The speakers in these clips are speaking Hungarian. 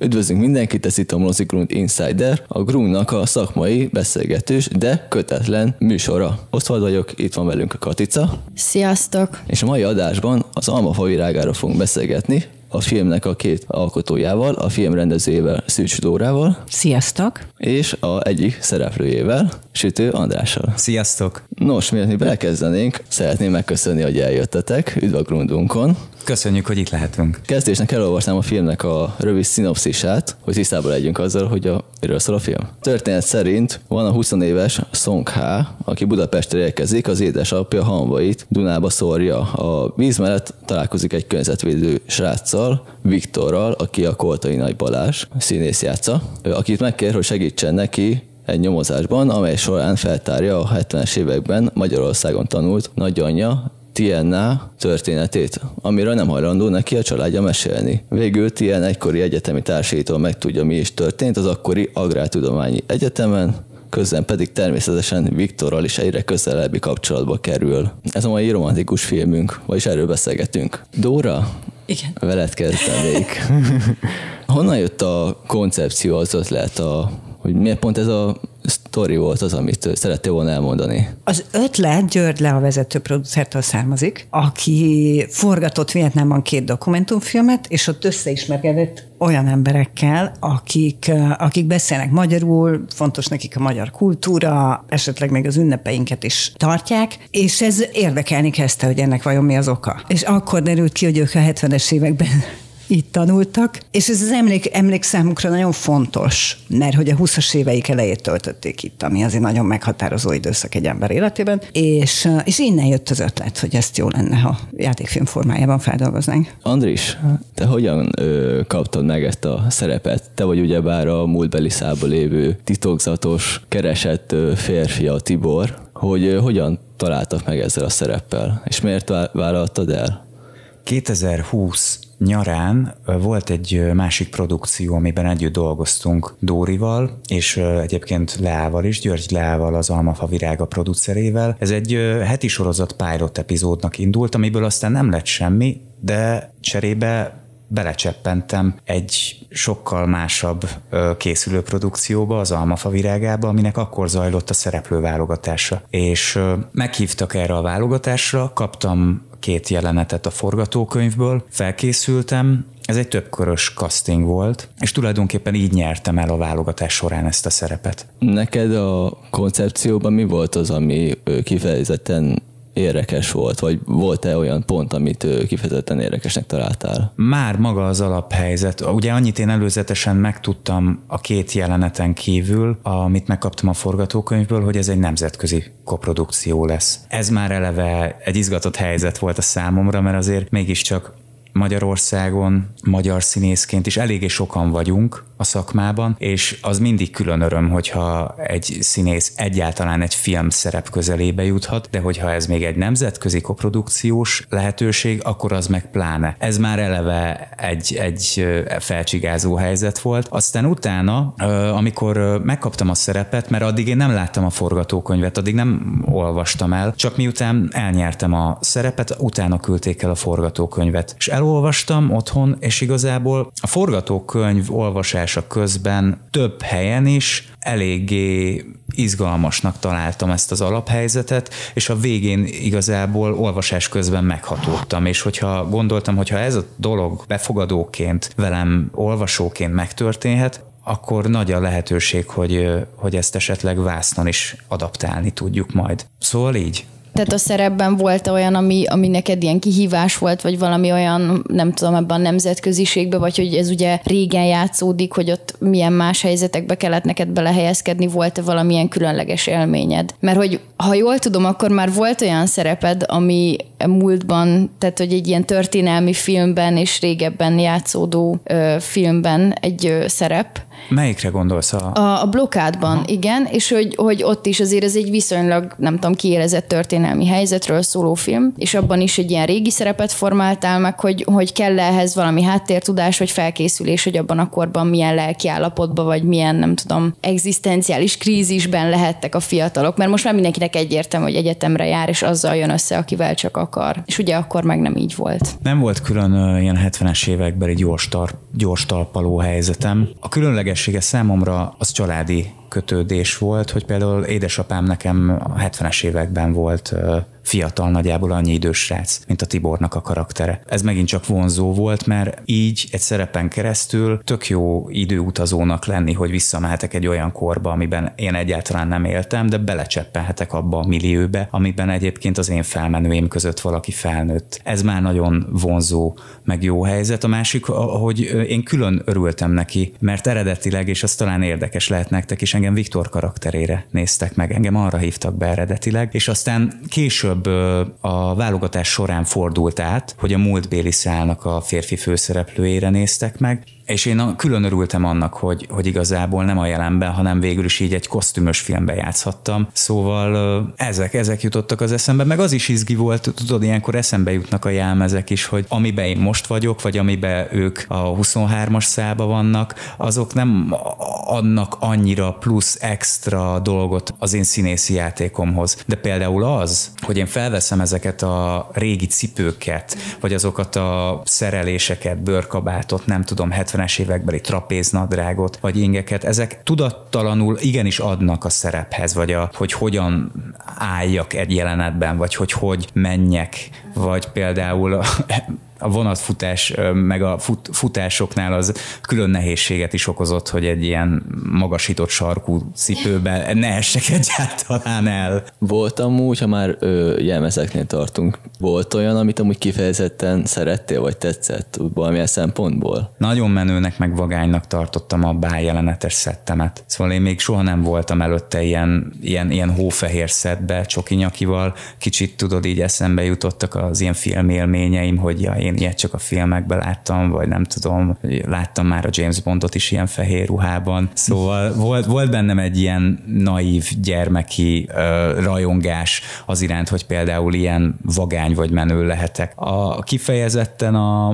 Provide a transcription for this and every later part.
Üdvözlünk mindenkit, ez itt a Mozi Grund Insider, a Grundnak a szakmai, beszélgetős, de kötetlen műsora. Oszvald vagyok, itt van velünk a Katica. Sziasztok! És a mai adásban az Almafa virágáról fogunk beszélgetni, a filmnek a két alkotójával, a film rendezőjével, Szűcs Dórával. Sziasztok! És a egyik szereplőjével, Sütő Andrással. Sziasztok! Nos, mielőtt mi belekezdenénk, szeretném megköszönni, hogy eljöttetek. Üdv a Grundunkon! Köszönjük, hogy itt lehetünk. Kezdésnek elolvasnám a filmnek a rövid szinopszisát, hogy tisztában legyünk azzal, hogy miről szól a film. Történet szerint van a 20 éves Song Ha, aki Budapestre érkezik, az édesapja hamvait Dunába szórja. A víz mellett találkozik egy környezetvédő sráccal, Viktorral, aki a Koltai Nagy Balázs színész játsza, akit megkér, hogy segítsen neki egy nyomozásban, amely során feltárja a 70-es években Magyarországon tanult nagyanyja, Tienna történetét, amiről nem hajlandó neki a családja mesélni. Végül Tien egykori egyetemi társaitól megtudja, mi is történt az akkori Agrártudományi Egyetemen, közben pedig természetesen Viktorral is egyre közelebbi kapcsolatba kerül. Ez a mai romantikus filmünk, vagyis erről beszélgetünk. Dóra? Igen. Veled kezdenék. Honnan jött a koncepció, az ötlet, hogy miért pont ez a sztori volt az, amit szerettél volna elmondani? Az ötlet György Lea vezető producertől származik, aki forgatott Vietnámban 2 dokumentumfilmet, és ott összeismerkedett olyan emberekkel, akik beszélnek magyarul, fontos nekik a magyar kultúra, esetleg még az ünnepeinket is tartják, és ez érdekelni kezdte, hogy ennek vajon mi az oka. És akkor derült ki, hogy ők a 70-es években itt tanultak, és ez az emlék számukra nagyon fontos, mert hogy a 20-as éveik elejét töltötték itt, ami azért nagyon meghatározó időszak egy ember életében, és innen jött az ötlet, hogy ezt jó lenne, ha játékfilm formájában feldolgoznánk. Andris, te hogyan kaptad meg ezt a szerepet? Te vagy ugyebár a múltbeli szába lévő titokzatos, keresett férfi, a Tibor, hogy hogyan találtak meg ezzel a szereppel, és miért vállaltad el? 2020 nyarán volt egy másik produkció, amiben együtt dolgoztunk Dórival, és egyébként Leával is, György Leával, az Almafa virága producerével. Ez egy heti sorozat pilot epizódnak indult, amiből aztán nem lett semmi, de cserébe belecseppentem egy sokkal másabb készülő produkcióba, az Almafa virágába, aminek akkor zajlott a szereplőválogatása. És meghívtak erre a válogatásra, kaptam 2 jelenetet a forgatókönyvből, felkészültem, ez egy többkörös casting volt, és tulajdonképpen így nyertem el a válogatás során ezt a szerepet. Neked a koncepcióban mi volt az, ami kifejezetten érdekes volt, vagy volt-e olyan pont, amit kifejezetten érdekesnek találtál? Már maga az alaphelyzet. Ugye annyit én előzetesen megtudtam a 2 jeleneten kívül, amit megkaptam a forgatókönyvből, hogy ez egy nemzetközi koprodukció lesz. Ez már eleve egy izgatott helyzet volt a számomra, mert azért mégiscsak Magyarországon, magyar színészként is eléggé sokan vagyunk a szakmában, és az mindig külön öröm, hogyha egy színész egyáltalán egy film szerep közelébe juthat, de hogyha ez még egy nemzetközi koprodukciós lehetőség, akkor az meg pláne. Ez már eleve egy felcsigázó helyzet volt. Aztán utána, amikor megkaptam a szerepet, mert addig én nem láttam a forgatókönyvet, addig nem olvastam el, csak miután elnyertem a szerepet, utána küldték el a forgatókönyvet. És elolvastam otthon, és igazából a forgatókönyv olvasása közben több helyen is eléggé izgalmasnak találtam ezt az alaphelyzetet, és a végén igazából olvasás közben meghatódtam, és hogyha gondoltam, hogyha ez a dolog befogadóként, velem olvasóként megtörténhet, akkor nagy a lehetőség, hogy ezt esetleg vásznon is adaptálni tudjuk majd. Szóval így. Tehát a szerepben volt olyan, ami neked ilyen kihívás volt, vagy valami olyan, nem tudom, ebben a nemzetköziségben, vagy hogy ez ugye régen játszódik, hogy ott milyen más helyzetekbe kellett neked belehelyezkedni, volt-e valamilyen különleges élményed? Mert hogy, ha jól tudom, akkor már volt olyan szereped, ami múltban, tehát hogy egy ilyen történelmi filmben és régebben játszódó filmben egy szerep. Melyikre gondolsz? A Blokkádban, igen, és hogy ott is azért ez egy viszonylag, nem tudom, kiélezett történelmi történelmi helyzetről szóló film, és abban is egy ilyen régi szerepet formáltál meg, hogy kell ehhez valami háttértudás, vagy felkészülés, hogy abban a korban milyen lelki állapotban, vagy milyen, nem tudom, egzisztenciális krízisben lehettek a fiatalok, mert most már mindenkinek egyértelmű, hogy egyetemre jár, és azzal jön össze, akivel csak akar. És ugye akkor meg nem így volt. Nem volt külön ilyen 70-es évekbeli gyors talpaló helyzetem. A különlegessége számomra az családi kötődés volt, hogy például édesapám nekem a 70-es években volt fiatal, nagyjából annyi idős srác, mint a Tibornak a karaktere. Ez megint csak vonzó volt, mert így egy szerepen keresztül tök jó időutazónak lenni, hogy visszamehetek egy olyan korba, amiben én egyáltalán nem éltem, de belecseppenhetek abba a millióbe, amiben egyébként az én felmenőim között valaki felnőtt. Ez már nagyon vonzó, meg jó helyzet. A másik, hogy én külön örültem neki, mert eredetileg, és az talán érdekes lehet nektek is, engem Viktor karakterére néztek meg, engem arra hívtak be eredetileg, és aztán később a válogatás során fordult át, hogy a múltbéli szálnak a férfi főszereplőjére néztek meg, és én külön örültem annak, hogy igazából nem a jelenben, hanem végül is így egy kosztümös filmben játszhattam. Szóval ezek jutottak az eszembe, meg az is izgi volt, tudod, ilyenkor eszembe jutnak a jelmezek is, hogy amiben én most vagyok, vagy amiben ők a 23-as szálba vannak, azok nem adnak annyira plusz extra dolgot az én színészi játékomhoz. De például az, hogy én felveszem ezeket a régi cipőket, vagy azokat a szereléseket, bőrkabátot, nem tudom, 70-es évekbeli trapéznadrágot, vagy ingeket, ezek tudattalanul igenis adnak a szerephez, vagy hogy hogyan álljak egy jelenetben, vagy hogy menjek, vagy például a vonatfutás, meg a futásoknál az külön nehézséget is okozott, hogy egy ilyen magasított sarkú cipőbe ne essek egyáltalán el. Volt amúgy, ha már jelmezeknél tartunk, volt olyan, amit amúgy kifejezetten szerettél, vagy tetszett valamilyen szempontból? Nagyon menőnek, meg vagánynak tartottam a bájjelenetes szettemet. Szóval én még soha nem voltam előtte ilyen hófehér szettbe, csokinyakival. Kicsit tudod, így eszembe jutottak az ilyen filmélményeim, hogy én ilyet csak a filmekben láttam, vagy nem tudom, láttam már a James Bondot is ilyen fehér ruhában. Szóval volt bennem egy ilyen naív gyermeki rajongás az iránt, hogy például ilyen vagány vagy menő lehetek. Kifejezetten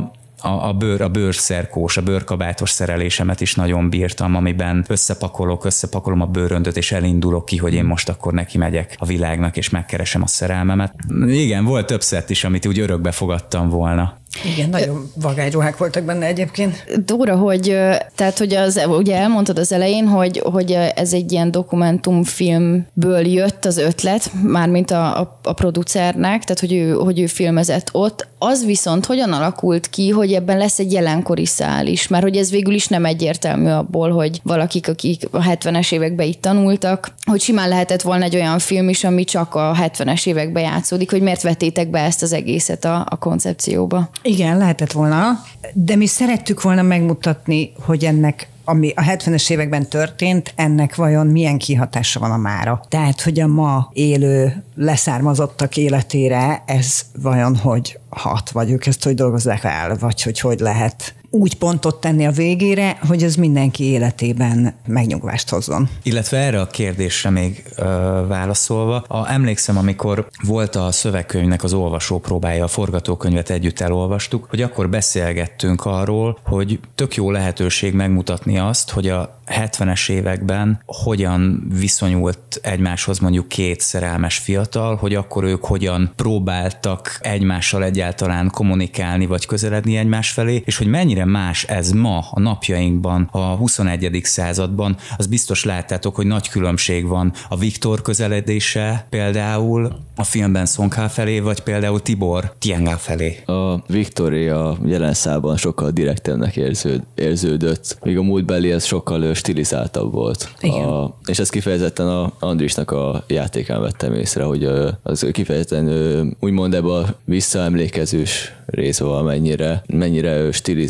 a bőrszerkós, a bőrkabátos szerelésemet is nagyon bírtam, amiben összepakolom a bőröndöt, és elindulok ki, hogy én most akkor neki megyek a világnak, és megkeresem a szerelmemet. Igen, volt több szett is, amit úgy örökbe fogadtam volna. Igen, nagyon vagány ruhák voltak benne egyébként. Dóra, hogy ugye elmondtad az elején, hogy ez egy ilyen dokumentumfilmből jött az ötlet, mármint a producernek, tehát hogy ő filmezett ott. Az viszont hogyan alakult ki, hogy ebben lesz egy jelenkori szál is? Mert hogy ez végül is nem egyértelmű abból, hogy valakik, akik a 70-es években itt tanultak, hogy simán lehetett volna egy olyan film is, ami csak a 70-es években játszódik, hogy miért vettétek be ezt az egészet a koncepcióba? Igen, lehetett volna, de mi szerettük volna megmutatni, hogy ennek, ami a 70-es években történt, ennek vajon milyen kihatása van a mára. Tehát, hogy a ma élő leszármazottak életére ez vajon hogy hat, vagy ők ezt hogy dolgozzák el, vagy hogy lehet úgy pontot tenni a végére, hogy ez mindenki életében megnyugvást hozzon. Illetve erre a kérdésre még válaszolva, emlékszem, amikor volt a szövegkönyvnek az olvasópróbája, a forgatókönyvet együtt elolvastuk, hogy akkor beszélgettünk arról, hogy tök jó lehetőség megmutatni azt, hogy a 70-es években hogyan viszonyult egymáshoz mondjuk két szerelmes fiatal, hogy akkor ők hogyan próbáltak egymással egyáltalán kommunikálni, vagy közeledni egymás felé, és hogy mennyire más ez ma a napjainkban, a 21. században. Az biztos láttátok, hogy nagy különbség van a Viktor közeledése például a filmben Song Ha felé, vagy például Tibor Tian-ga felé. A Victoria jelen szálban sokkal direktebbnek érződött, míg a múltbeli ez sokkal stilizáltabb volt. És ez kifejezetten a Andrisnak a játékán vettem észre, hogy az kifejezetten úgymond ebbe a visszaemlékezős részve mennyire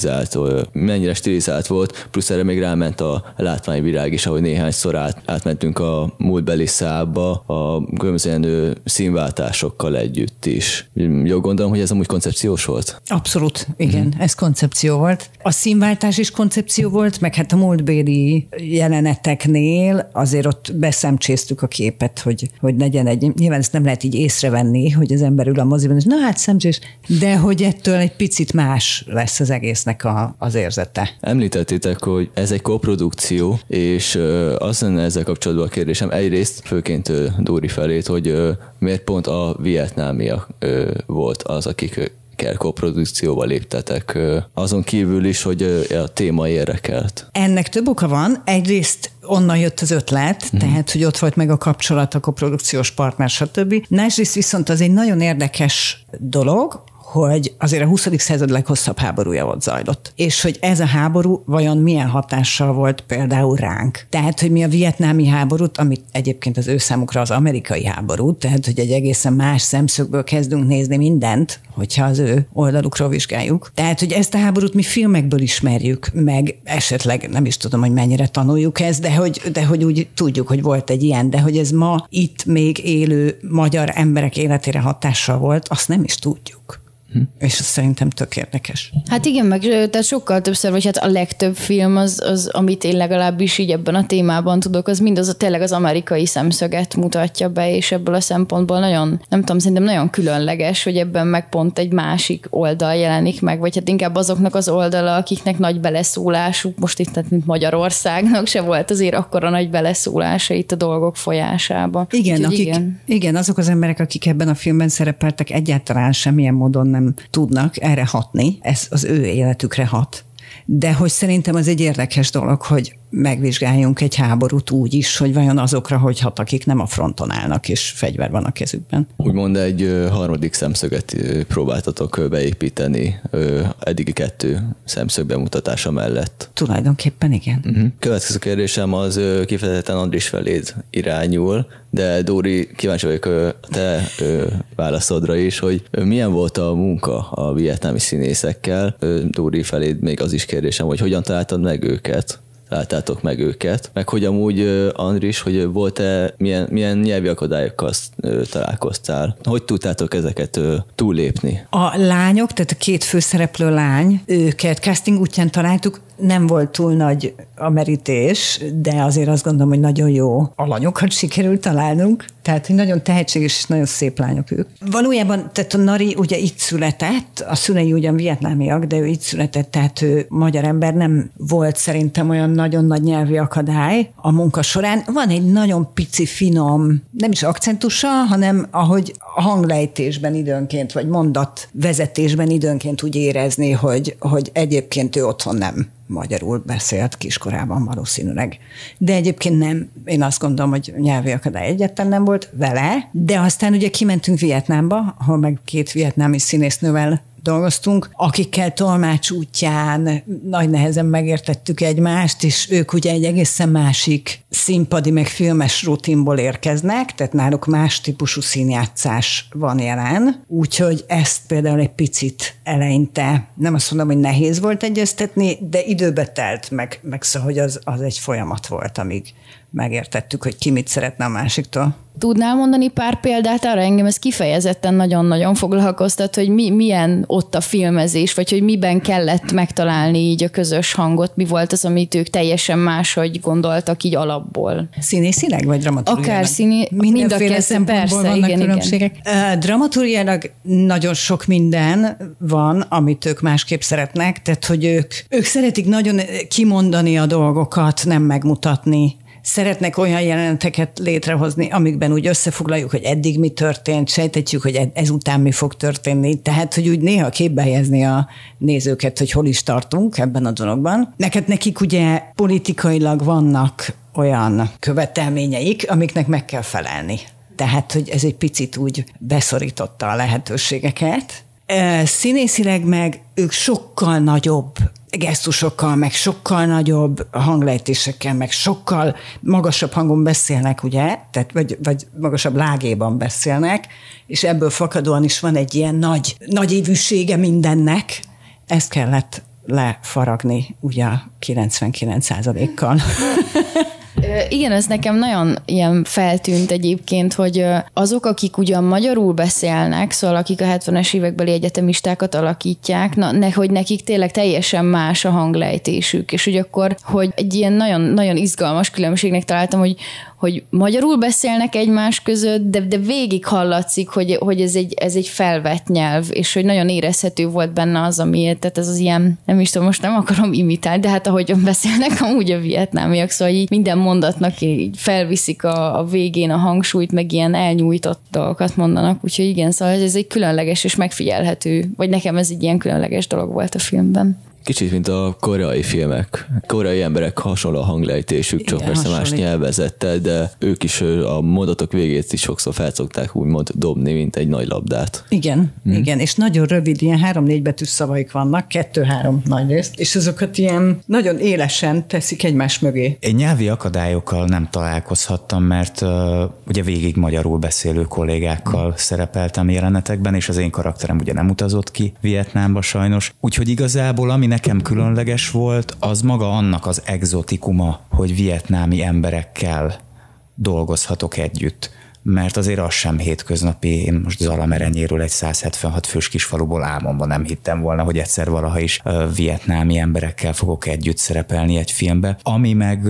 stilizált volt, plusz erre még ráment a látványvilág is, ahogy néhányszor átmentünk a múltbeli szába a különböző színváltásokkal együtt is. Jól gondolom, hogy ez amúgy koncepciós volt? Abszolút, igen, ez koncepció volt. A színváltás is koncepció volt, meg hát a múltbéli jeleneteknél azért ott beszemcséztük a képet, hogy legyen egy, nyilván ezt nem lehet így észrevenni, hogy az ember ül a moziban, és na hát szemcsés, de hogy ettől egy picit más lesz az egésznek az érzete. Említettétek, hogy ez egy koprodukció, és azt lenne ezzel kapcsolatban a kérdésem egyrészt, főként Dóri felét, hogy miért pont a vietnámiak volt az, akik koprodukcióba léptetek, azon kívül is, hogy a téma érdekelt. Ennek több oka van. Egyrészt onnan jött az ötlet, tehát, hogy ott volt meg a kapcsolat, a koprodukciós partner, stb. Másrészt viszont az egy nagyon érdekes dolog, hogy azért a 20. század leghosszabb háborúja ott zajlott. És hogy ez a háború vajon milyen hatással volt például ránk. Tehát, hogy mi a vietnámi háborút, amit egyébként az ő számukra az amerikai háború, tehát, hogy egy egészen más szemszögből kezdünk nézni mindent, hogyha az ő oldalukról vizsgáljuk. Tehát, hogy ezt a háborút mi filmekből ismerjük, meg esetleg nem is tudom, hogy mennyire tanuljuk ezt, de hogy úgy tudjuk, hogy volt egy ilyen, de hogy ez ma itt még élő magyar emberek életére hatással volt, azt nem is tudjuk. És ez szerintem tök érdekes. Hát igen, meg tehát sokkal többször, vagy hát a legtöbb film az, amit én legalábbis így ebben a témában tudok, az mind tényleg az amerikai szemszöget mutatja be, és ebből a szempontból nagyon, nem tudom, szerintem nagyon különleges, hogy ebben meg pont egy másik oldal jelenik meg, vagy hát inkább azoknak az oldala, akiknek nagy beleszólásuk, most itt, tehát mint Magyarországnak se volt azért akkora nagy beleszólása itt a dolgok folyásába. Igen, igen, azok az emberek, akik ebben a filmben szerepeltek, egyáltalán semmilyen módon nem tudnak erre hatni, ez az ő életükre hat. De hogy szerintem az egy érdekes dolog, hogy megvizsgáljunk egy háborút úgy is, hogy vajon azokra hogy hat, akik nem a fronton állnak, és fegyver van a kezükben. Úgymond egy harmadik szemszöget próbáltatok beépíteni eddigi 2 szemszög bemutatása mellett. Tulajdonképpen igen. Következő kérdésem az kifejezetten Andris feléd irányul, de Dóri, kíváncsi vagyok te válaszodra is, hogy milyen volt a munka a vietnámi színészekkel. Dóri feléd még az is kérdésem, hogy hogyan találtad meg őket, meg hogy amúgy, Andris, hogy volt-e, milyen nyelvi akadályokkal találkoztál? Hogy tudtátok ezeket túllépni? A lányok, tehát a 2 főszereplő lány, őket casting útján találtuk, nem volt túl nagy a merítés, de azért azt gondolom, hogy nagyon jó alanyokat sikerült találnunk, tehát hogy nagyon tehetséges és nagyon szép lányok ők. Valójában, tehát a Nari ugye itt született, a szülei ugyan vietnámiak, de ő itt született, tehát ő magyar ember, nem volt szerintem olyan nagyon nagy nyelvi akadály a munka során. Van egy nagyon pici, finom, nem is akcentusa, hanem ahogy a hanglejtésben időnként, vagy mondatvezetésben időnként úgy érezni, hogy egyébként ő otthon nem magyarul beszélt kiskorában valószínűleg. De egyébként nem, én azt gondolom, hogy nyelvi akadály egyáltalán nem volt vele, de aztán ugye kimentünk Vietnámba, ahol meg 2 vietnámi színésznővel dolgoztunk, akikkel tolmács útján nagy nehezen megértettük egymást, és ők ugye egy egészen másik színpadi meg filmes rutinból érkeznek, tehát náluk más típusú színjátszás van jelen, úgyhogy ezt például egy picit eleinte, nem azt mondom, hogy nehéz volt egyeztetni, de időbe telt, meg szóval, hogy az egy folyamat volt, amíg megértettük, hogy ki mit szeretne a másiktól. Tudnál mondani pár példát arra? Engem ez kifejezetten nagyon-nagyon foglalkoztat, hogy milyen ott a filmezés, vagy hogy miben kellett megtalálni így a közös hangot, mi volt az, amit ők teljesen máshogy gondoltak így alapból. Színészileg, vagy dramaturgiailag? Akár mind a kettő, persze, vannak igen, különbségek. Dramaturgiailag nagyon sok minden van, amit ők másképp szeretnek, tehát hogy ők szeretik nagyon kimondani a dolgokat, nem megmutatni. Szeretnek olyan jeleneteket létrehozni, amikben úgy összefoglaljuk, hogy eddig mi történt, sejtetjük, hogy ezután mi fog történni. Tehát, hogy úgy néha képbe helyezni a nézőket, hogy hol is tartunk ebben a dologban. Nekik ugye politikailag vannak olyan követelményeik, amiknek meg kell felelni. Tehát, hogy ez egy picit úgy beszorította a lehetőségeket. Színészileg meg ők sokkal nagyobb gesztusokkal, meg sokkal nagyobb hanglejtésekkel, meg sokkal magasabb hangon beszélnek, ugye? Tehát, vagy magasabb lágéban beszélnek, és ebből fakadóan is van egy ilyen nagy évűsége mindennek. Ezt kellett lefaragni, ugye 99%-kal. Igen, ez nekem nagyon ilyen feltűnt egyébként, hogy azok, akik ugyan magyarul beszélnek, szóval akik a 70-es évekbeli egyetemistákat alakítják, hogy nekik tényleg teljesen más a hanglejtésük, és hogy akkor, hogy egy ilyen nagyon, nagyon izgalmas különbségnek találtam, hogy magyarul beszélnek egymás között, de végig hallatszik, hogy ez egy felvett nyelv, és hogy nagyon érezhető volt benne az, ami, tehát ez az ilyen, nem is tudom, most nem akarom imitálni, de hát ahogyan beszélnek amúgy a vietnámiak, szóval így minden mondatnak így felviszik a végén a hangsúlyt, meg ilyen elnyújtott dolgokat mondanak, úgyhogy igen, szóval ez egy különleges és megfigyelhető, vagy nekem ez egy ilyen különleges dolog volt a filmben. Kicsit, mint a koreai filmek. Koreai emberek hasonló a hanglejtésük, csak igen, persze más nyelvezettel, de ők is a mondatok végét is sokszor felszokták úgymond dobni, mint egy nagy labdát. Igen, igen, és nagyon rövid, ilyen 3-4 betűs szavaik vannak, 2-3 nagy részt, és azokat ilyen nagyon élesen teszik egymás mögé. Én nyelvi akadályokkal nem találkozhattam, mert ugye végig magyarul beszélő kollégákkal szerepeltem jelenetekben, és az én karakterem ugye nem utazott ki Vietnámba sajnos. Úgyhogy igazából ami nekem különleges volt, az maga annak az egzotikuma, hogy vietnámi emberekkel dolgozhatok együtt. Mert azért az sem hétköznapi, én most Zalamerenyéről egy 176 fős kisfaluból álmomban nem hittem volna, hogy egyszer valaha is vietnámi emberekkel fogok együtt szerepelni egy filmbe. Ami meg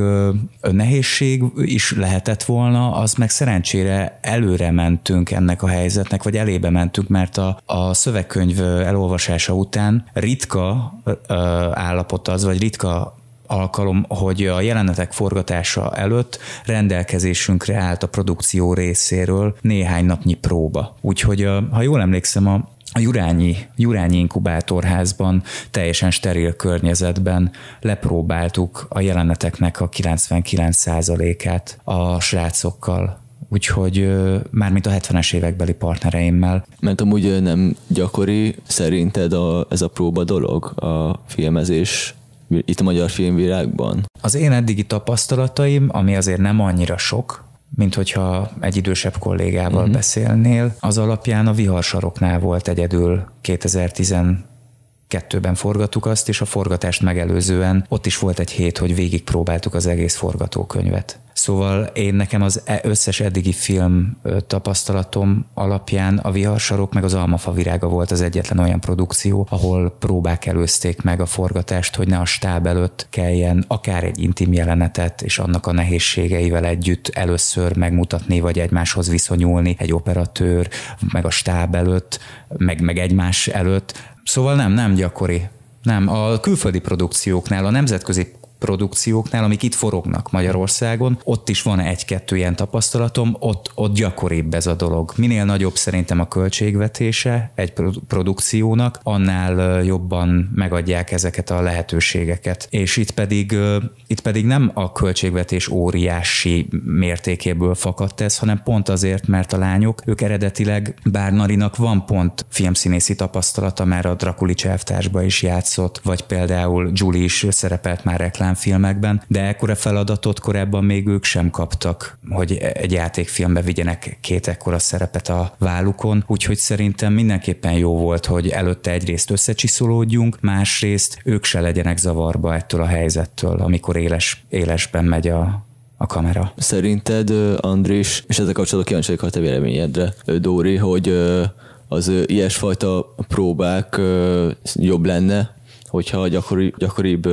nehézség is lehetett volna, az meg szerencsére előre mentünk ennek a helyzetnek, vagy elébe mentünk, mert a szövegkönyv elolvasása után ritka állapot az, vagy ritka alkalom, hogy a jelenetek forgatása előtt rendelkezésünkre állt a produkció részéről néhány napnyi próba. Úgyhogy, ha jól emlékszem, a Jurányi inkubátorházban teljesen steril környezetben lepróbáltuk a jeleneteknek a 99%-át a srácokkal. Úgyhogy mármint a 70-es évekbeli partnereimmel. Mert amúgy nem gyakori szerinted ez a próba dolog, a filmezés itt a magyar filmvilágban? Az én eddigi tapasztalataim, ami azért nem annyira sok, mint hogyha egy idősebb kollégával beszélnél, az alapján a Viharsaroknál volt egyedül 2012-ben forgattuk azt, és a forgatást megelőzően ott is volt egy hét, hogy végigpróbáltuk az egész forgatókönyvet. Szóval nekem az összes eddigi film tapasztalatom alapján a Viharsarok meg az Almafa virága volt az egyetlen olyan produkció, ahol próbák előzték meg a forgatást, hogy ne a stáb előtt kelljen akár egy intim jelenetet és annak a nehézségeivel együtt először megmutatni, vagy egymáshoz viszonyulni egy operatőr, meg a stáb előtt, meg egymás előtt. Szóval nem gyakori. Nem, a külföldi produkcióknál, a nemzetközi produkcióknál, amik itt forognak Magyarországon, ott is van egy-kettő ilyen tapasztalatom, ott gyakoribb ez a dolog. Minél nagyobb szerintem a költségvetése egy produkciónak, annál jobban megadják ezeket a lehetőségeket. És itt pedig nem a költségvetés óriási mértékéből fakadt ez, hanem pont azért, mert a lányok, ők eredetileg, bár Narinak van pont filmszínészi tapasztalata, már a Drakulics elvtársba is játszott, vagy például Julie is szerepelt már filmekben, de ekkora feladatot korábban még ők sem kaptak, hogy egy játékfilmbe vigyenek 2 ekkora szerepet a vállukon, úgyhogy szerintem mindenképpen jó volt, hogy előtte egyrészt összecsiszolódjunk, másrészt ők se legyenek zavarba ettől a helyzettől, amikor élesben megy a kamera. Szerinted, Andris, és ezzel kapcsolatban kíváncsi vagyok a te véleményedre, Dóri, hogy az ilyesfajta próbák jobb lenne, hogyha gyakoribb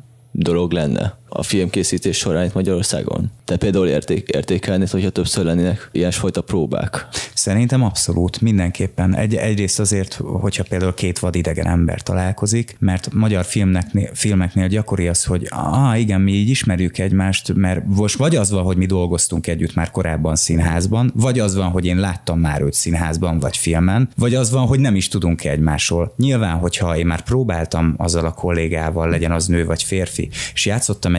dolog lenne a filmkészítés során itt Magyarországon? Te például értékelnéd, hogyha többször lennének ilyesfajta próbák? Szerintem abszolút, mindenképpen. Egyrészt azért, hogyha például 2 vadidegen ember találkozik, mert magyar filmeknél gyakori az, hogy igen, mi így ismerjük egymást, mert most vagy az van, hogy mi dolgoztunk együtt már korábban színházban, vagy az van, hogy én láttam már őt színházban vagy filmen, vagy az van, hogy nem is tudunk egymásról. Nyilván, hogyha én már próbáltam azzal a kollégával, legyen az nő vagy férfi, és játszottam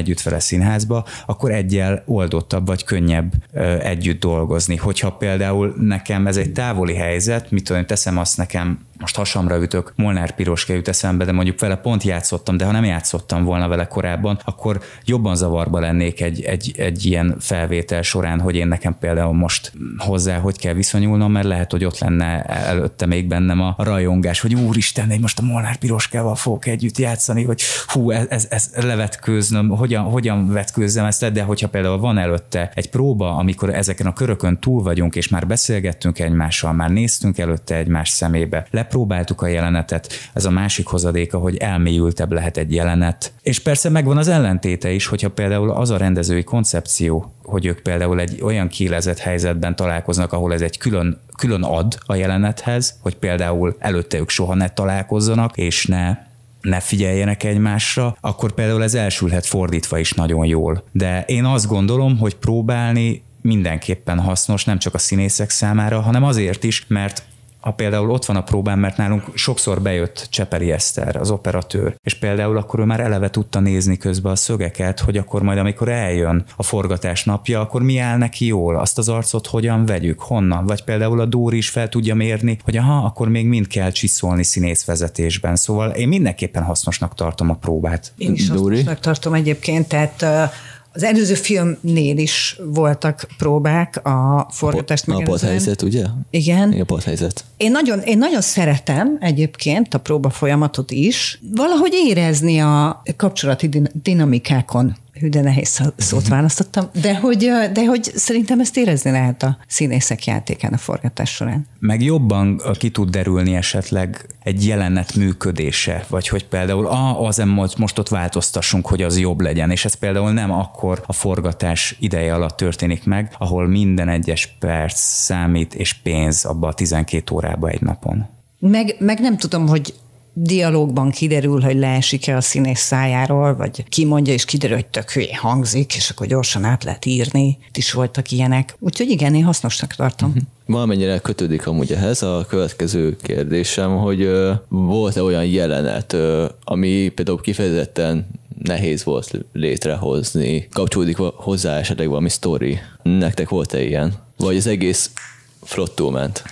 együtt vele színházba, akkor egyel oldottabb vagy könnyebb együtt dolgozni. Hogyha például nekem ez egy távoli helyzet, mit tudom, teszem azt nekem, most hasamra ütök, Molnár Piroska jut eszembe, de mondjuk vele pont játszottam, de ha nem játszottam volna vele korábban, akkor jobban zavarba lennék egy ilyen felvétel során, hogy én nekem például most hozzá hogy kell viszonyulnom, mert lehet, hogy ott lenne előtte még bennem a rajongás, hogy úristen, én most a Molnár Piroskával fogok együtt játszani, hogy hú, ez levetkőznöm, hogyan vetkőzzem ezt le, de hogyha például van előtte egy próba, amikor ezeken a körökön túl vagyunk, és már beszélgettünk egymással, már néztünk előtte egymás szemébe, próbáltuk a jelenetet, ez a másik hozadéka, hogy elmélyültebb lehet egy jelenet. És persze megvan az ellentéte is, hogyha például az a rendezői koncepció, hogy ők például egy olyan kiélezett helyzetben találkoznak, ahol ez egy külön ad a jelenethez, hogy például előtte ők soha ne találkozzanak, és ne figyeljenek egymásra, akkor például ez elsülhet fordítva is nagyon jól. De én azt gondolom, hogy próbálni mindenképpen hasznos, nem csak a színészek számára, hanem azért is, mert ha például ott van a próbán, mert nálunk sokszor bejött Cseperi Eszter, az operatőr, és például akkor ő már eleve tudta nézni közben a szögeket, hogy akkor majd amikor eljön a forgatás napja, akkor mi áll neki jól, azt az arcot hogyan vegyük, honnan, vagy például a Dóri is fel tudja mérni, hogy akkor még mind kell csiszolni színészvezetésben, szóval én mindenképpen hasznosnak tartom a próbát. Én is hasznosnak tartom egyébként, tehát az előző filmnél is voltak próbák a forgatást megelőzően. A padhelyzet, ugye? Igen. A padhelyzet. Én nagyon szeretem egyébként a próba folyamatot is, valahogy érezni a kapcsolati dinamikákon. Hű, de nehéz szót választottam, de hogy szerintem ezt érezni lehet a színészek játékán a forgatás során. Meg jobban ki tud derülni esetleg egy jelenet működése, vagy hogy például most ott változtassunk, hogy az jobb legyen, és ez például nem akkor a forgatás ideje alatt történik meg, ahol minden egyes perc számít és pénz abba a 12 órába egy napon. Meg nem tudom, hogy dialógban kiderül, hogy leesik-e a színész szájáról, vagy kimondja, és kiderül, hogy tök hülyén hangzik, és akkor gyorsan át lehet írni. Itt is voltak ilyenek. Úgyhogy igen, én hasznosnak tartom. Valamennyire kötődik amúgy ehhez a következő kérdésem, hogy volt-e olyan jelenet, ami például kifejezetten nehéz volt létrehozni, kapcsolódik hozzá esetleg valami sztori. Nektek volt-e ilyen? Vagy az egész flottul ment?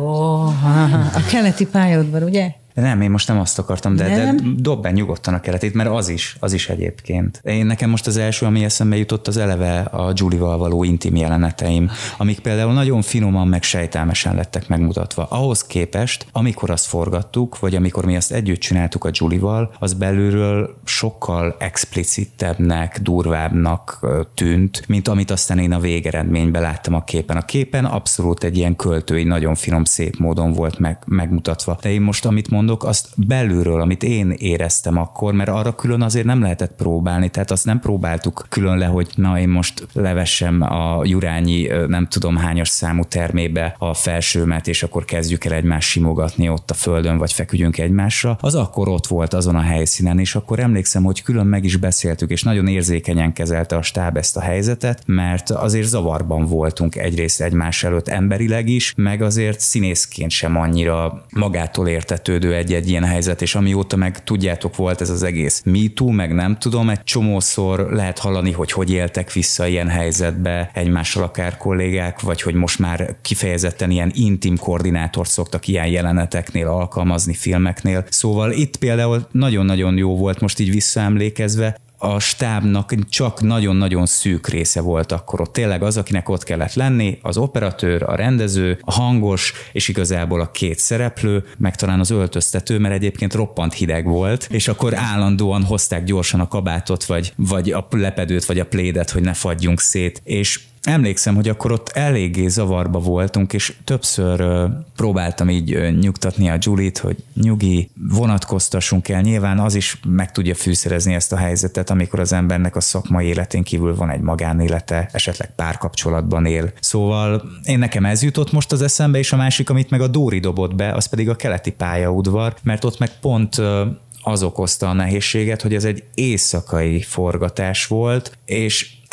A keleti pályaudvar, ugye? Nem, én most nem azt akartam, de dob be nyugodtan a keletét, mert az is egyébként. Nekem most az első, ami eszembe jutott, az eleve a Julie-val való intim jeleneteim, amik például nagyon finoman meg sejtelmesen lettek megmutatva. Ahhoz képest, amikor azt forgattuk, vagy amikor mi azt együtt csináltuk a Julie-val, az belülről sokkal explicitebbnek, durvábbnak tűnt, mint amit aztán én a végeredményben láttam a képen. A képen abszolút egy ilyen költői, nagyon finom, szép módon volt megmutatva. De én most, amit mondok, azt belülről, amit én éreztem akkor, mert arra külön azért nem lehetett próbálni, tehát azt nem próbáltuk külön le, hogy na én most levessem a Jurányi nem tudom hányas számú termébe a felsőmet, és akkor kezdjük el egymást simogatni ott a földön, vagy feküdjünk egymásra. Az akkor ott volt azon a helyszínen, és akkor emlékszem, hogy külön meg is beszéltük, és nagyon érzékenyen kezelte a stáb ezt a helyzetet, mert azért zavarban voltunk egyrészt egymás előtt emberileg is, meg azért színészként sem annyira magától értetődő egy ilyen helyzet, és amióta meg tudjátok, volt ez az egész MeToo, meg nem tudom, egy csomószor lehet hallani, hogy éltek vissza ilyen helyzetbe egymással akár kollégák, vagy hogy most már kifejezetten ilyen intim koordinátort szoktak ilyen jeleneteknél alkalmazni filmeknél. Szóval itt például nagyon-nagyon jó volt most így visszaemlékezve, a stábnak csak nagyon-nagyon szűk része volt akkor ott. Tényleg az, akinek ott kellett lenni, az operatőr, a rendező, a hangos, és igazából a két szereplő, meg talán az öltöztető, mert egyébként roppant hideg volt, és akkor állandóan hozták gyorsan a kabátot, vagy a lepedőt, vagy a plédet, hogy ne fagyjunk szét, és emlékszem, hogy akkor ott eléggé zavarba voltunk, és többször próbáltam így nyugtatni a Julie-t, hogy nyugi, vonatkoztassunk el. Nyilván az is meg tudja fűszerezni ezt a helyzetet, amikor az embernek a szakmai életén kívül van egy magánélete, esetleg párkapcsolatban él. Szóval nekem ez jutott most az eszembe, és a másik, amit meg a Dóri dobott be, az pedig a keleti pályaudvar, mert ott meg pont az okozta a nehézséget, hogy ez egy éjszakai forgatás volt, és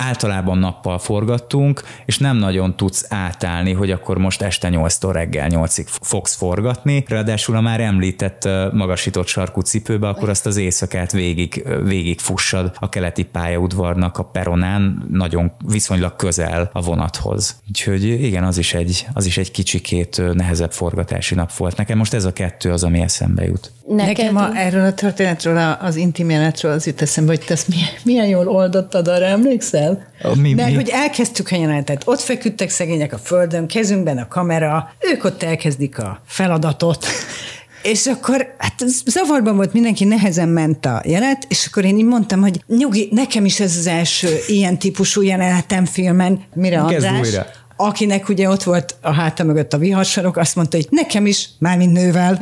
általában nappal forgattunk, és nem nagyon tudsz átállni, hogy akkor most este 8-tól reggel 8-ig fogsz forgatni. Ráadásul a már említett magasított sarkú cipőbe, akkor azt az éjszakát végig fussad a keleti pályaudvarnak a peronán, nagyon viszonylag közel a vonathoz. Úgyhogy igen, az is egy kicsikét nehezebb forgatási nap volt. Nekem most ez a kettő az, ami eszembe jut. Nekem erről a történetről, az intim jelenetről az jut eszembe, hogy te ezt milyen jól oldottad, arra emlékszel? Mert hogy elkezdtük a jelenetet, ott feküdtek szegények a földön, kezünkben a kamera, ők ott elkezdik a feladatot, és akkor hát zavarban volt mindenki, nehezen ment a jelenet, és akkor én így mondtam, hogy nyugi, nekem is ez az első ilyen típusú jelenetem filmen, mire András, akinek ugye ott volt a háta mögött a viharsarok, azt mondta, hogy nekem is, mármint nővel.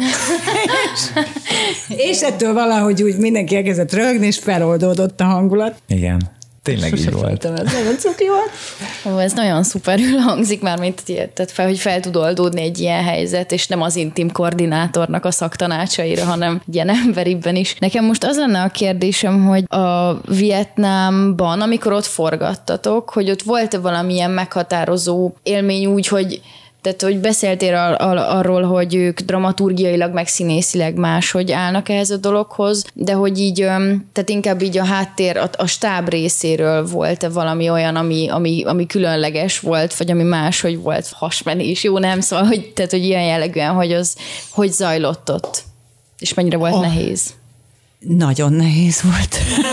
és ettől valahogy úgy mindenki elkezdett röhögni, és feloldódott a hangulat. Igen. Tényleg így volt. Ez nagyon cuki volt. Ez nagyon szuperül hangzik már, mint hogy fel tud oldódni egy ilyen helyzet, és nem az intim koordinátornak a szaktanácsaira, hanem ilyen emberibben is. Nekem most az lenne a kérdésem, hogy a Vietnámban, amikor ott forgattatok, hogy ott volt-e valamilyen meghatározó élmény úgy, hogy tehát, hogy beszéltél arról, hogy ők dramaturgiailag, meg színészileg máshogy állnak ehhez a dologhoz, de hogy így, tehát inkább így a háttér, a stáb részéről volt-e valami olyan, ami különleges volt, vagy ami máshogy volt, hasmenés, jó nem? Szóval, hogy ilyen jellegűen, hogy az hogy zajlott ott, és mennyire volt nehéz? Nagyon nehéz volt.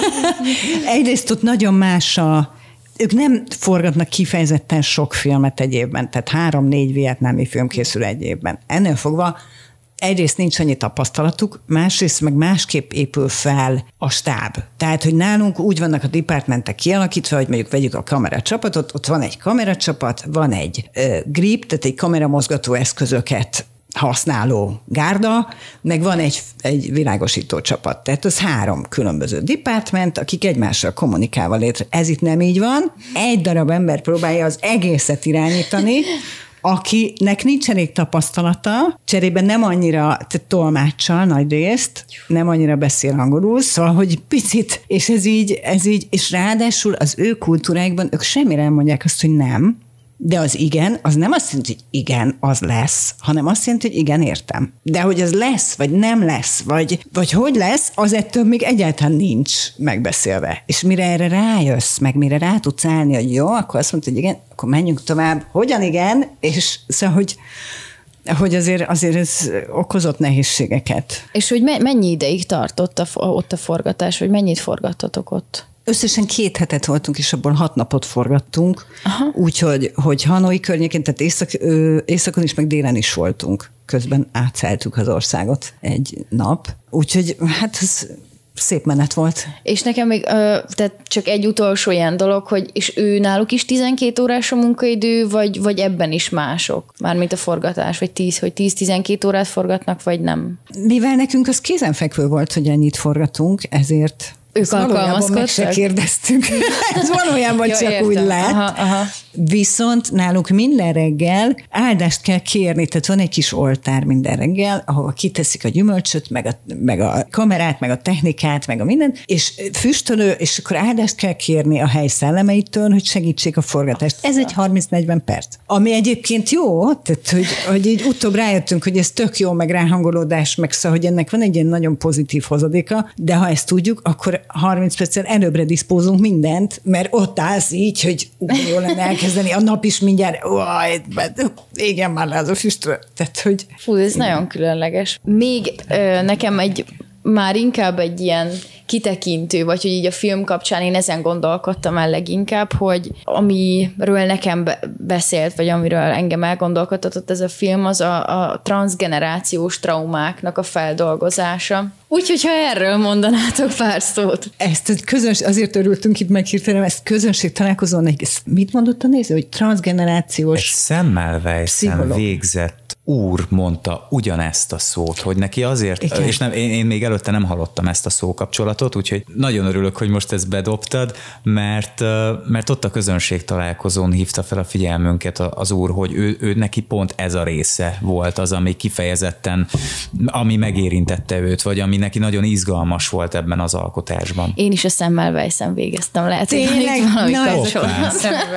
Egyrészt ott nagyon más ők nem forgatnak kifejezetten sok filmet egy évben, tehát 3-4 vietnámi film készül egy évben. Ennél fogva egyrészt nincs annyi tapasztalatuk, másrészt meg másképp épül fel a stáb. Tehát, hogy nálunk úgy vannak a departmentek kialakítva, hogy mondjuk vegyük a kameracsapatot, ott van egy kameracsapat, van egy grip, tehát egy kameramozgató eszközöket használó gárda, meg van egy világosító csapat. Tehát az 3 különböző department, akik egymással kommunikálva létre. Ez itt nem így van. Egy darab ember próbálja az egészet irányítani, akinek nincs elég tapasztalata, cserében nem annyira, tehát tolmáccsal nagy részt, nem annyira beszél angolul, szóval, hogy picit, és ez így, és ráadásul az ő kultúráikban ők semmire nem mondják azt, hogy nem, de az igen, az nem azt jelenti, hogy igen, az lesz, hanem azt jelenti, hogy igen, értem. De hogy az lesz, vagy nem lesz, vagy hogy lesz, az ettől még egyáltalán nincs megbeszélve. És mire erre rájössz, meg mire rá tudsz állni, hogy jó, akkor azt mondta, hogy igen, akkor menjünk tovább. Hogyan igen? És szóval, hogy azért ez okozott nehézségeket. És hogy mennyi ideig tartott ott a forgatás, vagy mennyit forgattatok ott? Összesen 2 hetet voltunk, és abból 6 napot forgattunk, úgyhogy Hanoi környékén, tehát északon is, meg délen is voltunk. Közben átszálltuk az országot egy nap. Úgyhogy hát ez szép menet volt. És nekem még tehát csak egy utolsó ilyen dolog, hogy és ő náluk is 12 órás a munkaidő, vagy ebben is mások? Mármint a forgatás, vagy 10-12 órát forgatnak, vagy nem? Mivel nekünk az kézenfekvő volt, hogy ennyit forgatunk, ezért ők alkalmazkodtak? Meg se kérdeztünk. Ez valójában csak értem. Úgy lett. Aha. Viszont náluk minden reggel áldást kell kérni, tehát van egy kis oltár minden reggel, ahova kiteszik a gyümölcsöt, meg a kamerát, meg a technikát, meg a mindent, és füstölő, és akkor áldást kell kérni a hely szellemeitől, hogy segítsék a forgatást. Ez egy 30-40 perc. Ami egyébként jó, tehát hogy így utóbb rájöttünk, hogy ez tök jó, meg ráhangolódás, meg szóval, hogy ennek van egy ilyen nagyon pozitív hozadéka, de ha ezt tudjuk, akkor 30 perccel előbbre diszpózunk mindent, mert ott állsz így, hogy jó lenne elkezdeni, a nap is mindjárt, igen, már le az a füstről. Tehát, hogy... Fú, ez nagyon különleges. Még nekem már inkább egy ilyen kitekintő, vagy hogy így a film kapcsán én ezen gondolkodtam el leginkább, hogy amiről nekem beszélt, vagy amiről engem elgondolkodtatott ez a film, az a transzgenerációs traumáknak a feldolgozása. Úgyhogy ha erről mondanátok pár szót. Ezt azért örültünk itt meghirtelen, ezt közönség találkozón, mit mondott a néző, hogy transzgenerációs egy Semmelweisen végzett úr mondta ugyanezt a szót, hogy neki azért, igen. És én még előtte nem hallottam ezt a szókapcsolatot, úgyhogy nagyon örülök, hogy most ezt bedobtad, mert ott a közönség találkozón hívta fel a figyelmünket az úr, hogy ő neki pont ez a része volt az, ami kifejezetten, ami megérintette őt, vagy ami ami neki nagyon izgalmas volt ebben az alkotásban. Én is a Semmelweisen végeztem, lehet, hogy Tényleg? valami Na, kapcsolat.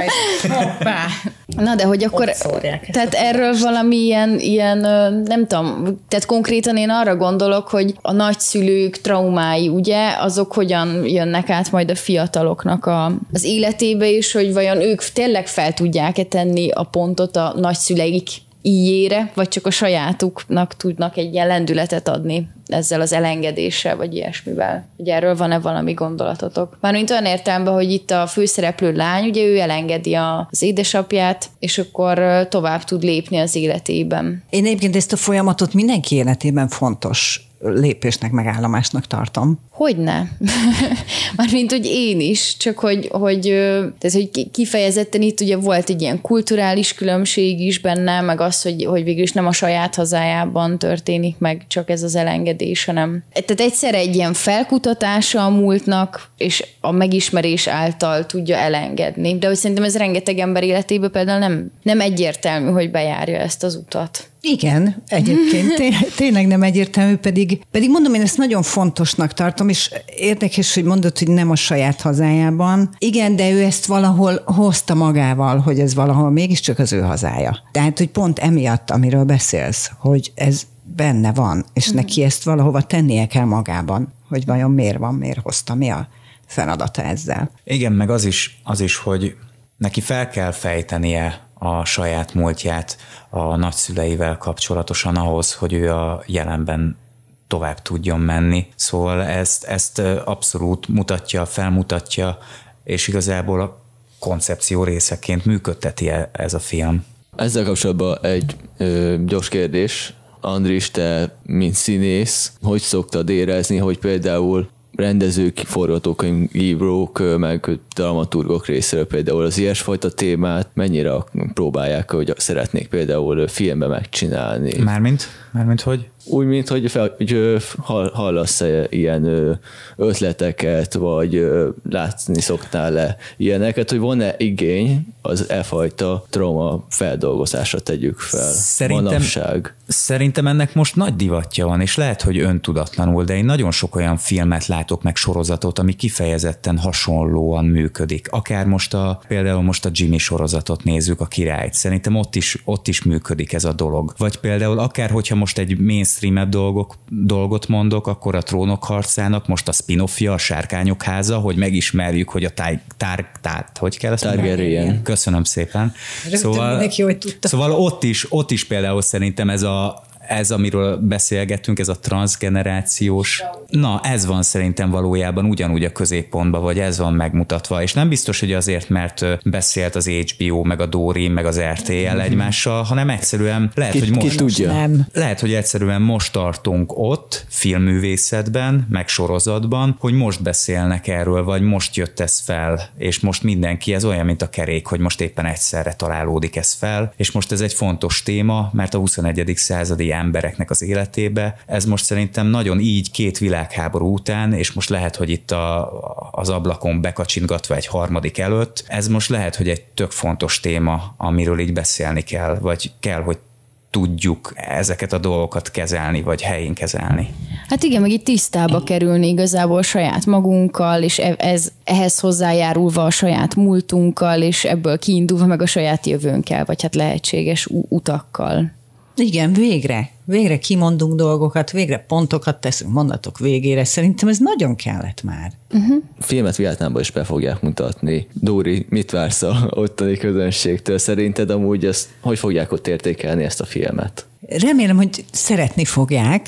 Hoppá. Na, de hogy akkor, tehát erről valami ilyen, nem tudom, tehát konkrétan én arra gondolok, hogy a nagyszülők traumái, ugye, azok hogyan jönnek át majd a fiataloknak az életébe, és hogy vajon ők tényleg fel tudják-e tenni a pontot a nagyszüleik íjére, vagy csak a sajátuknak tudnak egy ilyen lendületet adni ezzel az elengedéssel, vagy ilyesmivel. Ugye erről van-e valami gondolatotok? Mármint olyan értelemben, hogy itt a főszereplő lány, ugye ő elengedi az édesapját, és akkor tovább tud lépni az életében. Én egyébként ezt a folyamatot mindenki életében fontos lépésnek, megállomásnak tartom. Hogyne? Mármint, hogy én is, csak hogy kifejezetten itt ugye volt egy ilyen kulturális különbség is benne, meg az, hogy végül is nem a saját hazájában történik meg csak ez az elengedés, hanem. Tehát egyszerre egy ilyen felkutatása a múltnak, és a megismerés által tudja elengedni. De hogy szerintem ez rengeteg ember életében például nem egyértelmű, hogy bejárja ezt az utat. Igen, egyébként tényleg nem egyértelmű, pedig mondom, én ezt nagyon fontosnak tartom, és érdekes, hogy mondod, hogy nem a saját hazájában. Igen, de ő ezt valahol hozta magával, hogy ez valahol mégiscsak az ő hazája. Tehát, hogy pont emiatt, amiről beszélsz, hogy ez benne van, és neki ezt valahova tennie kell magában, hogy vajon miért van, miért hozta, mi a feladata ezzel. Igen, meg az is, hogy neki fel kell fejtenie a saját múltját a nagyszüleivel kapcsolatosan ahhoz, hogy ő a jelenben tovább tudjon menni. Szóval ezt abszolút felmutatja, és igazából a koncepció részeként működteti ez a film. Ezzel kapcsolatban egy gyors kérdés. Andris, te, mint színész, hogy szoktad érezni, hogy például rendezők, forgatókönyvírók, meg dramaturgok részéről például az ilyesfajta témát mennyire próbálják, hogy szeretnék például filmbe megcsinálni? Mármint hogy? Úgy, mint hogy hallasz ilyen ötleteket, vagy látni szoktál-e ilyeneket, hogy van-e igény az e-fajta trauma feldolgozásra tegyük fel manapság? Szerintem ennek most nagy divatja van, és lehet, hogy öntudatlanul, de én nagyon sok olyan filmet látok meg, sorozatot, ami kifejezetten hasonlóan működik. Akár például most a Jimmy sorozatot nézzük, a Királyt. Szerintem ott is működik ez a dolog. Vagy például akár, hogyha most egy mainstream-ebb dolgot mondok, akkor a Trónok harcának most a spin-offja, a Sárkányok háza, hogy megismerjük, hogy a hogy kell ezt mondani? Targaryen. Köszönöm szépen. Szóval ott is például szerintem ez, amiről beszélgettünk, ez a transgenerációs. Na, ez van szerintem valójában ugyanúgy a középpontban, vagy ez van megmutatva, és nem biztos, hogy azért, mert beszélt az HBO, meg a Dóri, meg az RTL egymással, hanem egyszerűen lehet, hogy egyszerűen most tartunk ott, filmművészetben, meg sorozatban, hogy most beszélnek erről, vagy most jött ez fel, és most mindenki, ez olyan, mint a kerék, hogy most éppen egyszerre találódik ez fel, és most ez egy fontos téma, mert a 21. századi embereknek az életébe. Ez most szerintem nagyon így 2 világháború után, és most lehet, hogy itt az ablakon bekacsintgatva egy harmadik előtt, ez most lehet, hogy egy tök fontos téma, amiről így beszélni kell, vagy kell, hogy tudjuk ezeket a dolgokat kezelni, vagy helyén kezelni. Hát igen, meg itt tisztába kerülni igazából saját magunkkal, és ehhez hozzájárulva a saját múltunkkal, és ebből kiindulva meg a saját jövőnkkel, vagy hát lehetséges utakkal. Igen, végre kimondunk dolgokat, végre pontokat teszünk mondatok végére. Szerintem ez nagyon kellett már. Filmet Vietnámban is be fogják mutatni. Dóri, mit vársz a ottani közönségtől? Szerinted amúgy hogy fogják ott értékelni ezt a filmet? Remélem, hogy szeretni fogják.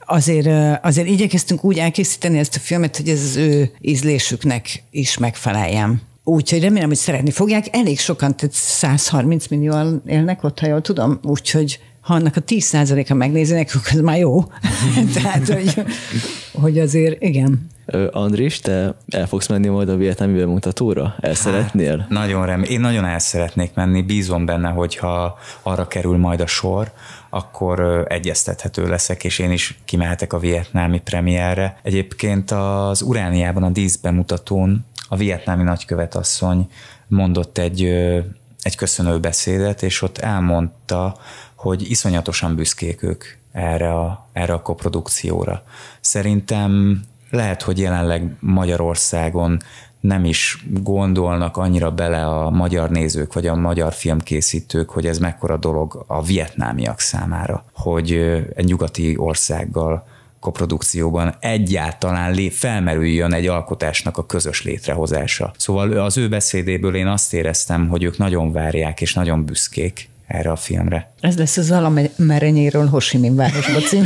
Azért igyekeztünk úgy elkészíteni ezt a filmet, hogy ez az ő ízlésüknek is megfeleljen. Úgyhogy remélem, hogy szeretni fogják. Elég sokan, tehát 130 millióan élnek ott, ha jól tudom. Úgyhogy ha annak a 10%-a megnézenek, akkor ez már jó. Tehát, hogy azért, igen. Andris, te el fogsz menni majd a vietnámi bemutatóra? Szeretnél? Én nagyon el szeretnék menni. Bízom benne, hogyha arra kerül majd a sor, akkor egyeztethető leszek, és én is kimehetek a vietnámi premierre. Egyébként az Urániában a díszbemutatón a vietnámi nagykövetasszony mondott egy köszönő beszédet, és ott elmondta, hogy iszonyatosan büszkék ők erre a koprodukcióra. Szerintem lehet, hogy jelenleg Magyarországon nem is gondolnak annyira bele a magyar nézők, vagy a magyar filmkészítők, hogy ez mekkora dolog a vietnámiak számára, hogy egy nyugati országgal koprodukcióban egyáltalán felmerüljön egy alkotásnak a közös létrehozása. Szóval az ő beszédéből én azt éreztem, hogy ők nagyon várják és nagyon büszkék erre a filmre. Ez lesz az Alamerenyéről Ho Chi Minh városba cím.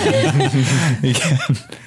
Igen.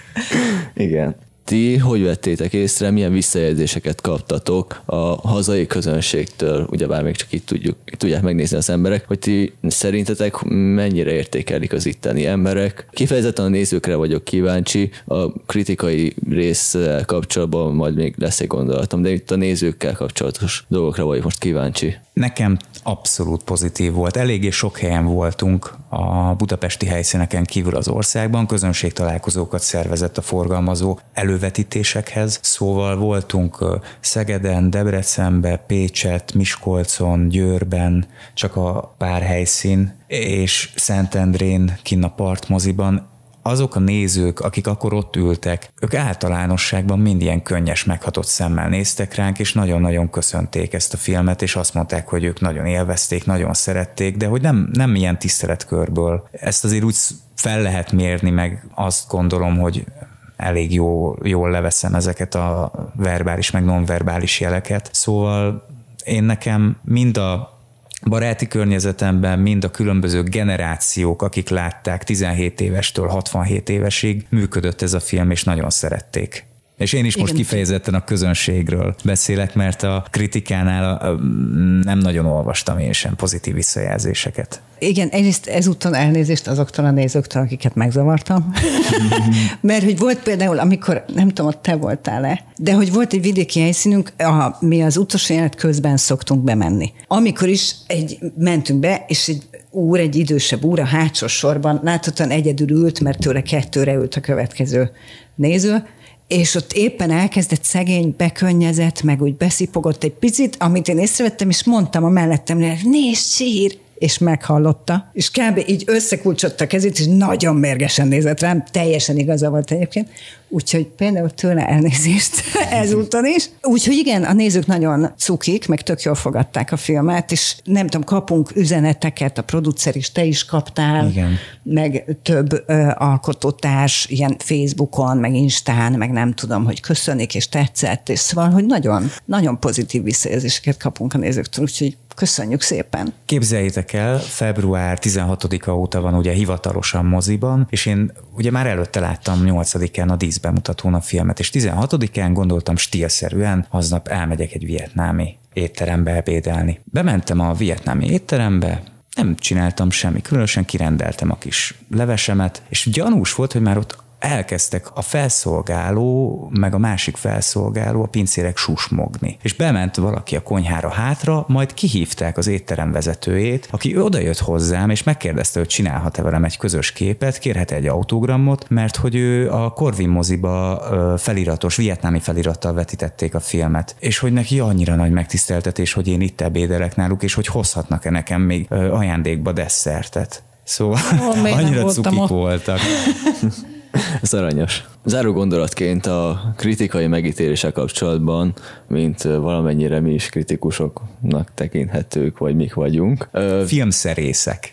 Igen. Ti hogy vettétek észre, milyen visszajelzéseket kaptatok a hazai közönségtől, ugyebár még csak itt tudják megnézni az emberek, hogy ti szerintetek mennyire értékelik az itteni emberek. Kifejezetten a nézőkre vagyok kíváncsi, a kritikai rész kapcsolatban majd még lesz egy gondolatom, de itt a nézőkkel kapcsolatos dolgokra vagyok most kíváncsi. Nekem abszolút pozitív volt. Eléggé sok helyen voltunk a budapesti helyszíneken kívül az országban, közönségtalálkozókat szervezett a forgalmazó elővetítésekhez, szóval voltunk Szegeden, Debrecenben, Pécset, Miskolcon, Győrben, csak a pár helyszín, és Szentendrén, kinn a Partmoziban. Azok a nézők, akik akkor ott ültek, ők általánosságban mind ilyen könnyes, meghatott szemmel néztek ránk, és nagyon-nagyon köszönték ezt a filmet, és azt mondták, hogy ők nagyon élvezték, nagyon szerették, de hogy nem ilyen tiszteletkörből. Ezt azért úgy fel lehet mérni, meg azt gondolom, hogy elég jól leveszem ezeket a verbális, meg nonverbális jeleket. Szóval én nekem mind a baráti környezetemben, mind a különböző generációk, akik látták 17 évestől 67 évesig, működött ez a film, és nagyon szerették. És én is most kifejezetten a közönségről beszélek, mert a kritikánál nem nagyon olvastam én sem pozitív visszajelzéseket. Igen, egyrészt ezúttal elnézést azoktól a nézőktől, akiket megzavartam. Mert hogy volt például, amikor, nem tudom, ott te voltál-e, de hogy volt egy vidéki helyszínünk, mi az utolsó jelenet közben szoktunk bemenni. Amikor is mentünk be, és egy idősebb úr a hátsó sorban láthatóan egyedül ült, mert tőle 2-re ült a következő néző, és ott éppen elkezdett szegény, bekönnyezett, meg úgy beszipogott egy picit, amit én észrevettem, és mondtam a mellettem, nézd, sír! És meghallotta, és kb. Így összekulcsotta a kezét, és nagyon mérgesen nézett rám, teljesen igaza volt egyébként, úgyhogy például tőle elnézést ezúton is. Úgyhogy igen, a nézők nagyon cukik, meg tök jól fogadták a filmet, és nem tudom, kapunk üzeneteket, a producer is, te is kaptál, igen. Meg több alkotótárs, ilyen Facebookon, meg Instán, meg nem tudom, hogy köszönik, és tetszett, és szóval, hogy nagyon, nagyon pozitív visszajelzéseket kapunk a nézőktől, úgyhogy köszönjük szépen. Képzeljétek el, február 16-a óta van ugye hivatalosan moziban, és én ugye már előtte láttam 8-án a díszbemutatón a filmet, és 16-án gondoltam stílszerűen, aznap elmegyek egy vietnámi étterembe ebédelni. Bementem a vietnámi étterembe, nem csináltam semmi, különösen kirendeltem a kis levesemet, és gyanús volt, hogy már ott elkezdtek a felszolgáló, meg a másik felszolgáló, a pincérek susmogni. És bement valaki a konyhára hátra, majd kihívták az étterem vezetőjét, aki odajött hozzám, és megkérdezte, hogy csinálhat-e velem egy közös képet, kérhet egy autogramot, mert hogy ő a Corvin moziba feliratos, vietnámi felirattal vetítették a filmet. És hogy neki annyira nagy megtiszteltetés, hogy én itt ebédelek náluk, és hogy hozhatnak-e nekem még ajándékba desszertet. Szóval annyira cukik voltak. Ez aranyos. Záró gondolatként a kritikai megítéléssel kapcsolatban, mint valamennyire mi is kritikusoknak tekinthetők, vagy mik vagyunk. Filmszerészek.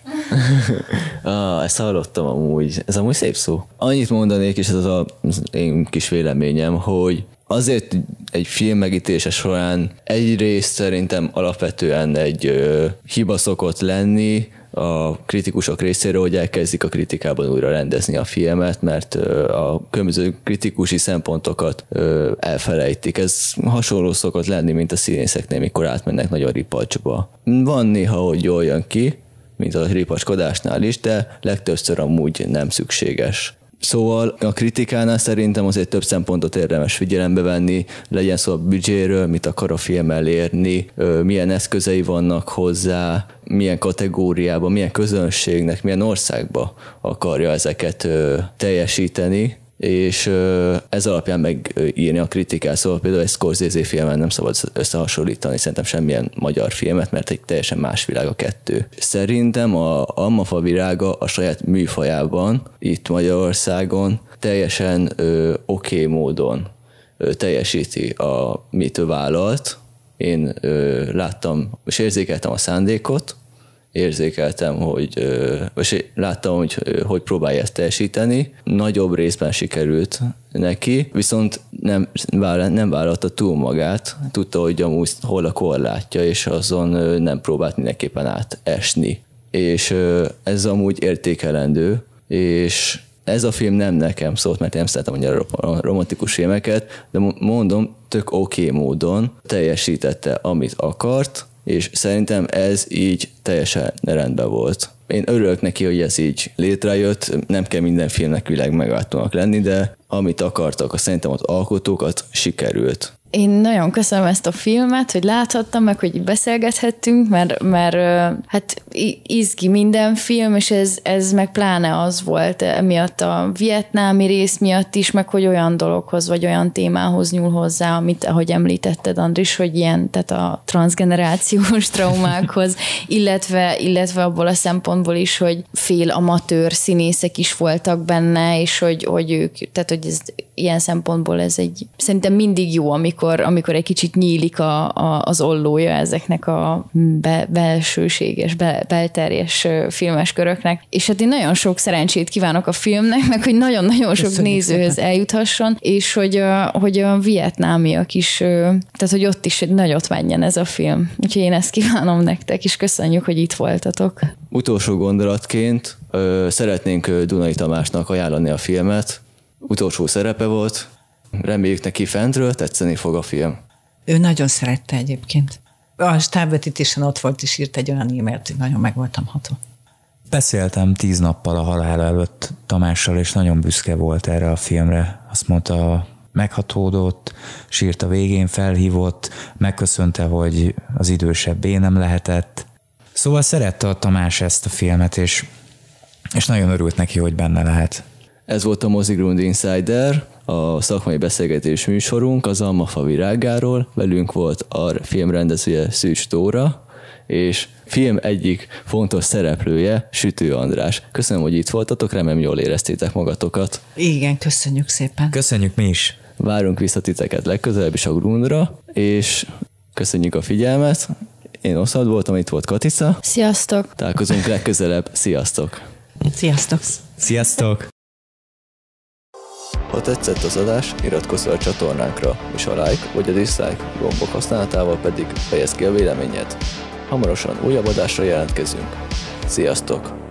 Ezt hallottam amúgy. Ez amúgy szép szó. Annyit mondanék, és ez az én kis véleményem, hogy azért egy film megítélése során egyrészt szerintem alapvetően egy hiba szokott lenni a kritikusok részéről, hogy elkezdik a kritikában újra rendezni a filmet, mert a különböző kritikusi szempontokat elfelejtik. Ez hasonló szokott lenni, mint a színészeknél, mikor átmennek nagyon ripacsba. Van néha, hogy jól jön ki, mint a ripacskodásnál is, de legtöbbször amúgy nem szükséges. Szóval a kritikánál szerintem azért több szempontot érdemes figyelembe venni, legyen szó a büdzséről, mit akar a film elérni, milyen eszközei vannak hozzá, milyen kategóriában, milyen közönségnek, milyen országba akarja ezeket teljesíteni. és ez alapján megírni a kritikát, szóval például egy Scorsese filmen nem szabad összehasonlítani szerintem semmilyen magyar filmet, mert egy teljesen más világ a kettő. Szerintem a Almafa virága a saját műfajában, itt Magyarországon teljesen oké módon teljesíti, amit vállalt. Én láttam, és érzékeltem a szándékot, érzékeltem, láttam, hogy próbálja ezt teljesíteni. Nagyobb részben sikerült neki, viszont nem vállalta túl magát, tudta, hogy amúgy hol a korlátja, és azon nem próbált mindenképpen átesni. És ez amúgy értékelendő, és ez a film nem nekem szólt, mert én nem szeretem annyira a romantikus filmeket, de mondom, tök oké módon teljesítette, amit akart, és szerintem ez így teljesen rendben volt. Én örülök neki, hogy ez így létrejött, nem kell minden filmnek világmegváltónak lenni, de amit akartak, szerintem az alkotókat sikerült. Én nagyon köszönöm ezt a filmet, hogy láthattam, meg hogy beszélgethettünk, mert hát izgi minden film, és ez meg pláne az volt emiatt a vietnámi rész miatt is, meg hogy olyan dologhoz, vagy olyan témához nyúl hozzá, amit, ahogy említetted, Andris, hogy ilyen, tehát a transzgenerációs traumákhoz, illetve abból a szempontból is, hogy fél amatőr színészek is voltak benne, és hogy ők, tehát hogy ez ilyen szempontból ez egy, szerintem mindig jó, amikor egy kicsit nyílik az ollója ezeknek a belsőséges, belterjes filmes köröknek. És hát én nagyon sok szerencsét kívánok a filmnek, meg hogy nagyon-nagyon sok nézőhöz eljuthasson, és hogy a vietnámiak is, tehát hogy ott is nagyot menjen ez a film. Úgyhogy én ezt kívánom nektek, és köszönjük, hogy itt voltatok. Utolsó gondolatként szeretnénk Dunai Tamásnak ajánlani a filmet. Utolsó szerepe volt. Reméljük neki fentről tetszeni fog a film. Ő nagyon szerette egyébként. A stábvetítésen ott volt, és írt egy olyan e-mailt, hogy nagyon meg voltam hatva. Beszéltem 10 nappal a halála előtt Tamással, és nagyon büszke volt erre a filmre. Azt mondta, meghatódott, sírt a végén, felhívott, megköszönte, hogy az idősebbé nem lehetett. Szóval szerette a Tamás ezt a filmet, és nagyon örült neki, hogy benne lehet. Ez volt a Mozigrund Insider, a szakmai beszélgetés műsorunk az Almafa virágáról. Velünk volt a filmrendezője Szűcs Tóra, és film egyik fontos szereplője Sütő András. Köszönöm, hogy itt voltatok, remélem jól éreztétek magatokat. Igen, köszönjük szépen. Köszönjük mi is. Várunk vissza titeket legközelebb is a Grundra, és köszönjük a figyelmet. Én Oszad voltam, itt volt Katica. Sziasztok! Találkozunk legközelebb. Sziasztok! Sziasztok! Sziasztok! Ha tetszett az adás, iratkozz fel a csatornánkra, és a like vagy a dislike gombok használatával pedig fejezd ki a véleményed. Hamarosan újabb adásra jelentkezünk. Sziasztok!